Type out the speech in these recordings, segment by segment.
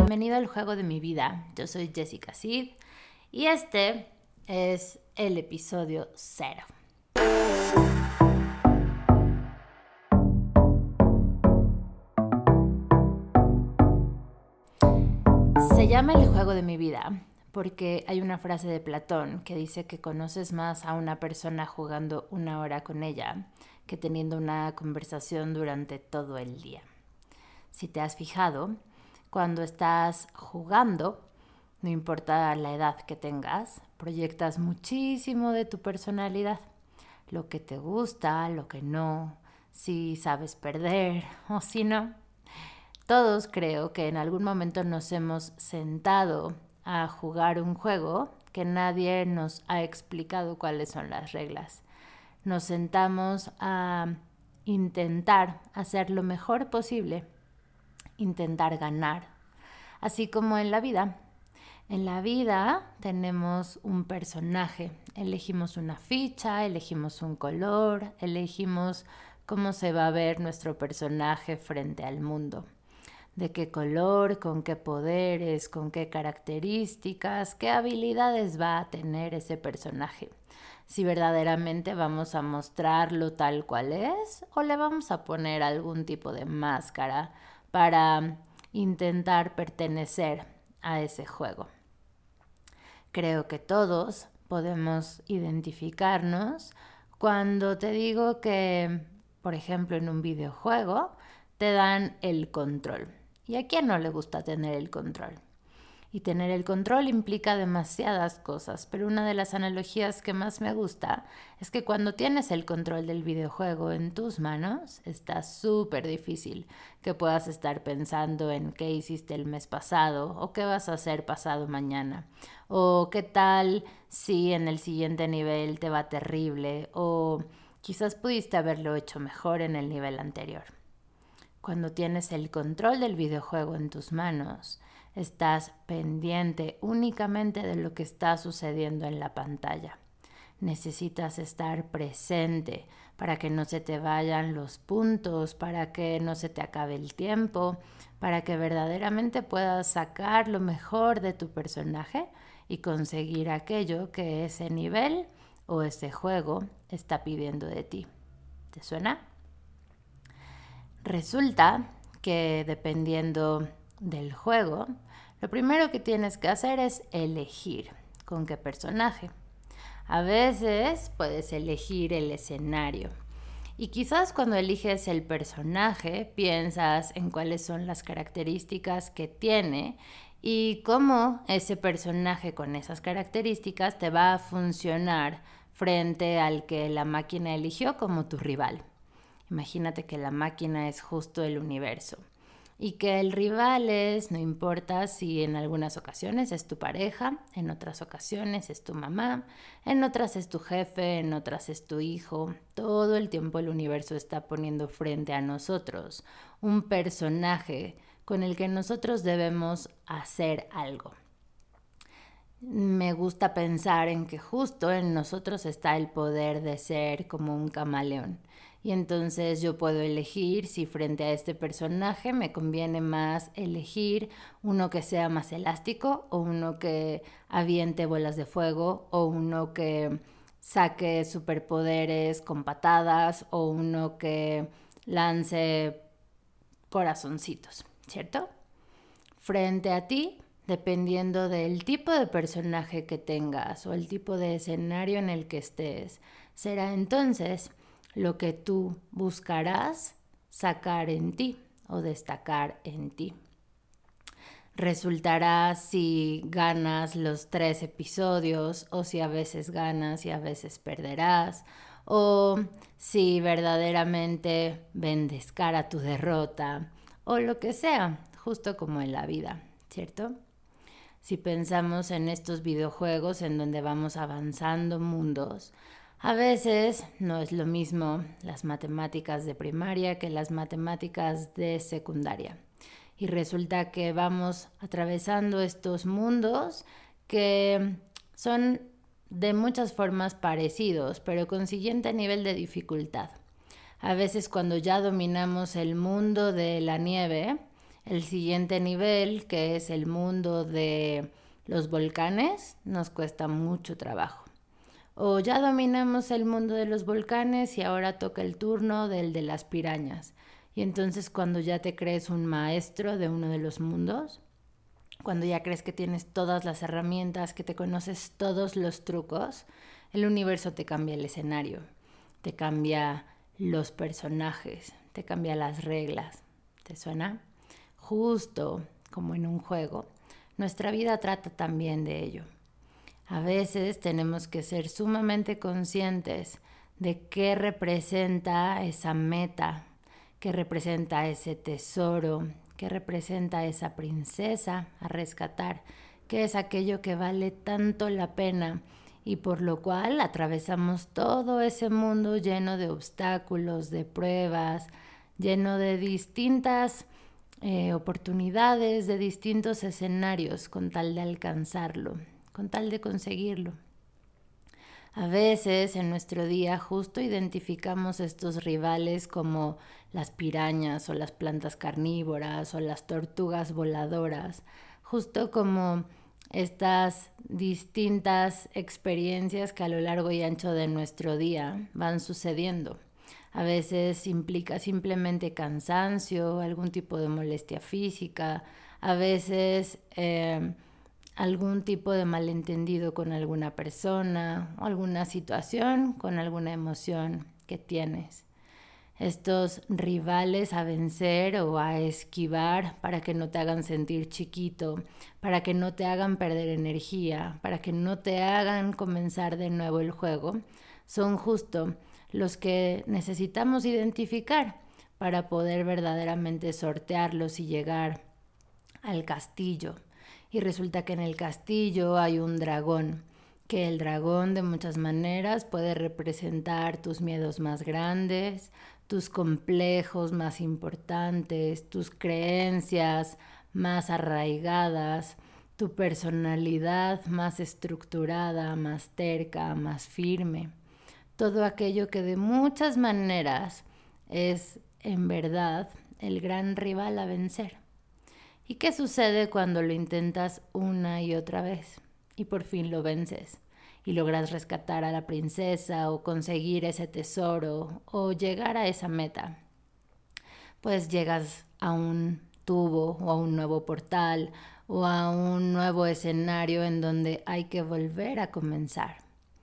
Bienvenido al juego de mi vida. Yo soy Jessica Cid y este es el episodio 0. Se llama el juego de mi vida porque hay una frase de Platón que dice que conoces más a una persona jugando 1 hora con ella que teniendo una conversación durante todo el día. Si te has fijado, cuando estás jugando, no importa la edad que tengas, proyectas muchísimo de tu personalidad. Lo que te gusta, lo que no, si sabes perder o si no. Todos creo que en algún momento nos hemos sentado a jugar un juego que nadie nos ha explicado cuáles son las reglas. Nos sentamos a intentar hacer lo mejor posible, intentar ganar, así como en la vida. En la vida tenemos un personaje, elegimos una ficha, elegimos un color, elegimos cómo se va a ver nuestro personaje frente al mundo. De qué color, con qué poderes, con qué características, qué habilidades va a tener ese personaje. Si verdaderamente vamos a mostrarlo tal cual es o le vamos a poner algún tipo de máscara para intentar pertenecer a ese juego. Creo que todos podemos identificarnos cuando te digo que, por ejemplo, en un videojuego te dan el control. ¿Y a quién no le gusta tener el control? Y tener el control implica demasiadas cosas, pero una de las analogías que más me gusta es que cuando tienes el control del videojuego en tus manos, está súper difícil que puedas estar pensando en qué hiciste el mes pasado o qué vas a hacer pasado mañana o qué tal si en el siguiente nivel te va terrible o quizás pudiste haberlo hecho mejor en el nivel anterior. Cuando tienes el control del videojuego en tus manos, estás pendiente únicamente de lo que está sucediendo en la pantalla. Necesitas estar presente para que no se te vayan los puntos, para que no se te acabe el tiempo, para que verdaderamente puedas sacar lo mejor de tu personaje y conseguir aquello que ese nivel o ese juego está pidiendo de ti. ¿Te suena? Resulta que dependiendo del juego, lo primero que tienes que hacer es elegir con qué personaje. A veces puedes elegir el escenario. Y quizás cuando eliges el personaje piensas en cuáles son las características que tiene y cómo ese personaje con esas características te va a funcionar frente al que la máquina eligió como tu rival. Imagínate que la máquina es justo el universo y que el rival es, no importa si en algunas ocasiones es tu pareja, en otras ocasiones es tu mamá, en otras es tu jefe, en otras es tu hijo. Todo el tiempo el universo está poniendo frente a nosotros un personaje con el que nosotros debemos hacer algo. Me gusta pensar en que justo en nosotros está el poder de ser como un camaleón. Y entonces yo puedo elegir si frente a este personaje me conviene más elegir uno que sea más elástico o uno que aviente bolas de fuego o uno que saque superpoderes con patadas o uno que lance corazoncitos, ¿cierto? Frente a ti, dependiendo del tipo de personaje que tengas o el tipo de escenario en el que estés, será entonces lo que tú buscarás sacar en ti o destacar en ti. Resultará si ganas los 3 episodios o si a veces ganas y a veces perderás o si verdaderamente vendes cara a tu derrota o lo que sea, justo como en la vida, ¿cierto? Si pensamos en estos videojuegos en donde vamos avanzando mundos, a veces no es lo mismo las matemáticas de primaria que las matemáticas de secundaria. Y resulta que vamos atravesando estos mundos que son de muchas formas parecidos, pero con siguiente nivel de dificultad. A veces cuando ya dominamos el mundo de la nieve, El siguiente nivel, que es el mundo de los volcanes, nos cuesta mucho trabajo. O ya dominamos el mundo de los volcanes y ahora toca el turno del de las pirañas. Y entonces cuando ya te crees un maestro de uno de los mundos, cuando ya crees que tienes todas las herramientas, que te conoces todos los trucos, el universo te cambia el escenario, te cambia los personajes, te cambia las reglas. ¿Te suena? Justo como en un juego, nuestra vida trata también de ello. A veces tenemos que ser sumamente conscientes de qué representa esa meta, qué representa ese tesoro, qué representa esa princesa a rescatar, qué es aquello que vale tanto la pena y por lo cual atravesamos todo ese mundo lleno de obstáculos, de pruebas, lleno de distintas oportunidades, de distintos escenarios con tal de alcanzarlo, con tal de conseguirlo. A veces en nuestro día justo identificamos estos rivales como las pirañas o las plantas carnívoras o las tortugas voladoras, justo como estas distintas experiencias que a lo largo y ancho de nuestro día van sucediendo. A veces implica simplemente cansancio, algún tipo de molestia física, a veces algún tipo de malentendido con alguna persona o alguna situación, con alguna emoción que tienes. Estos rivales a vencer o a esquivar para que no te hagan sentir chiquito, para que no te hagan perder energía, para que no te hagan comenzar de nuevo el juego, son justo los que necesitamos identificar para poder verdaderamente sortearlos y llegar al castillo. Y resulta que en el castillo hay un dragón, que el dragón de muchas maneras puede representar tus miedos más grandes, tus complejos más importantes, tus creencias más arraigadas, tu personalidad más estructurada, más terca, más firme. Todo aquello que de muchas maneras es en verdad el gran rival a vencer. ¿Y qué sucede cuando lo intentas una y otra vez y por fin lo vences y logras rescatar a la princesa o conseguir ese tesoro o llegar a esa meta? Pues llegas a un tubo o a un nuevo portal o a un nuevo escenario en donde hay que volver a comenzar.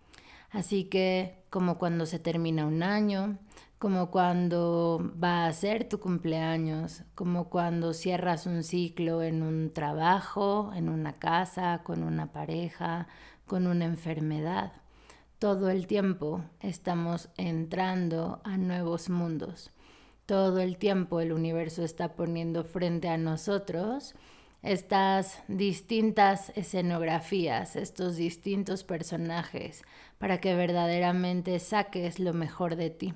Así que como cuando se termina un año, como cuando va a ser tu cumpleaños, como cuando cierras un ciclo en un trabajo, en una casa, con una pareja, con una enfermedad. Todo el tiempo estamos entrando a nuevos mundos. Todo el tiempo el universo está poniendo frente a nosotros estas distintas escenografías, estos distintos personajes, para que verdaderamente saques lo mejor de ti.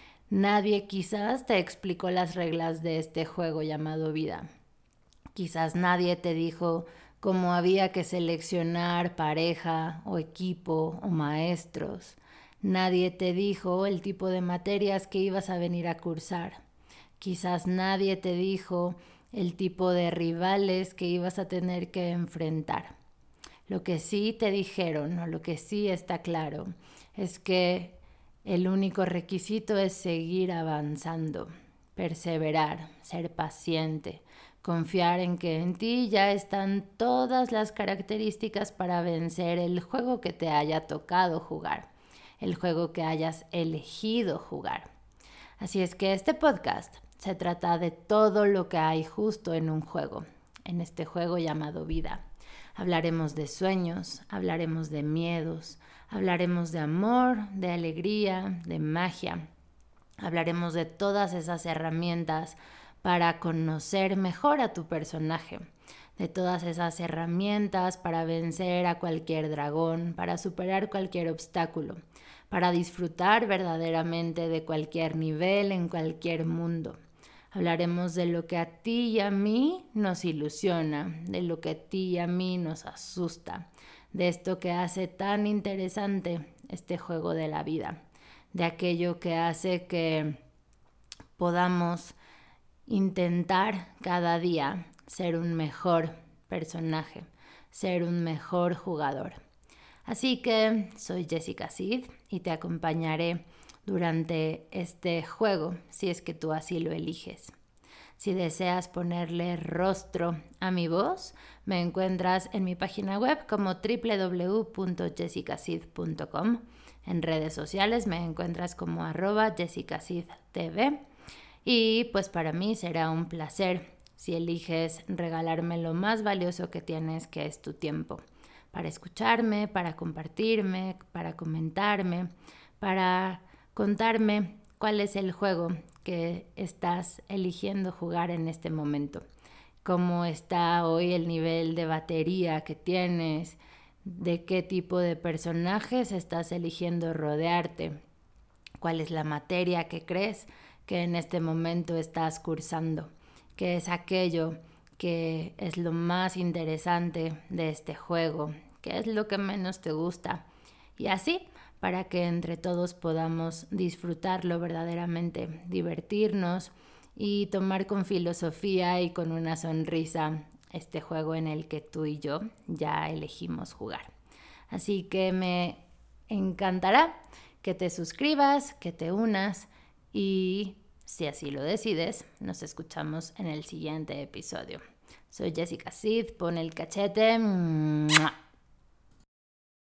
Nadie quizás te explicó las reglas de este juego llamado vida. Quizás nadie te dijo cómo había que seleccionar pareja o equipo o maestros. Nadie te dijo el tipo de materias que ibas a venir a cursar. Quizás nadie te dijo el tipo de rivales que ibas a tener que enfrentar. Lo que sí te dijeron, o lo que sí está claro, es que el único requisito es seguir avanzando, perseverar, ser paciente, confiar en que en ti ya están todas las características para vencer el juego que te haya tocado jugar, el juego que hayas elegido jugar. Así es que este podcast se trata de todo lo que hay justo en un juego, en este juego llamado vida. Hablaremos de sueños, hablaremos de miedos, hablaremos de amor, de alegría, de magia. Hablaremos de todas esas herramientas para conocer mejor a tu personaje, de todas esas herramientas para vencer a cualquier dragón, para superar cualquier obstáculo, para disfrutar verdaderamente de cualquier nivel en cualquier mundo. Hablaremos de lo que a ti y a mí nos ilusiona, de lo que a ti y a mí nos asusta, de esto que hace tan interesante este juego de la vida, de aquello que hace que podamos intentar cada día ser un mejor personaje, ser un mejor jugador. Así que soy Jessica Cid y te acompañaré durante este juego si es que tú así lo eliges. Si deseas ponerle rostro a mi voz, me encuentras en mi página web como www.jessicacid.com. En redes sociales me encuentras como @jessicacidtv. Y pues para mí será un placer si eliges regalarme lo más valioso que tienes, que es tu tiempo, para escucharme, para compartirme, para comentarme, para contarme cuál es el juego que estás eligiendo jugar en este momento, cómo está hoy el nivel de batería que tienes, de qué tipo de personajes estás eligiendo rodearte, cuál es la materia que crees que en este momento estás cursando, qué es aquello que es lo más interesante de este juego, qué es lo que menos te gusta, y así para que entre todos podamos disfrutarlo verdaderamente, divertirnos y tomar con filosofía y con una sonrisa este juego en el que tú y yo ya elegimos jugar. Así que me encantará que te suscribas, que te unas y si así lo decides, nos escuchamos en el siguiente episodio. Soy Jessica Cid, pon el cachete. ¡Mua!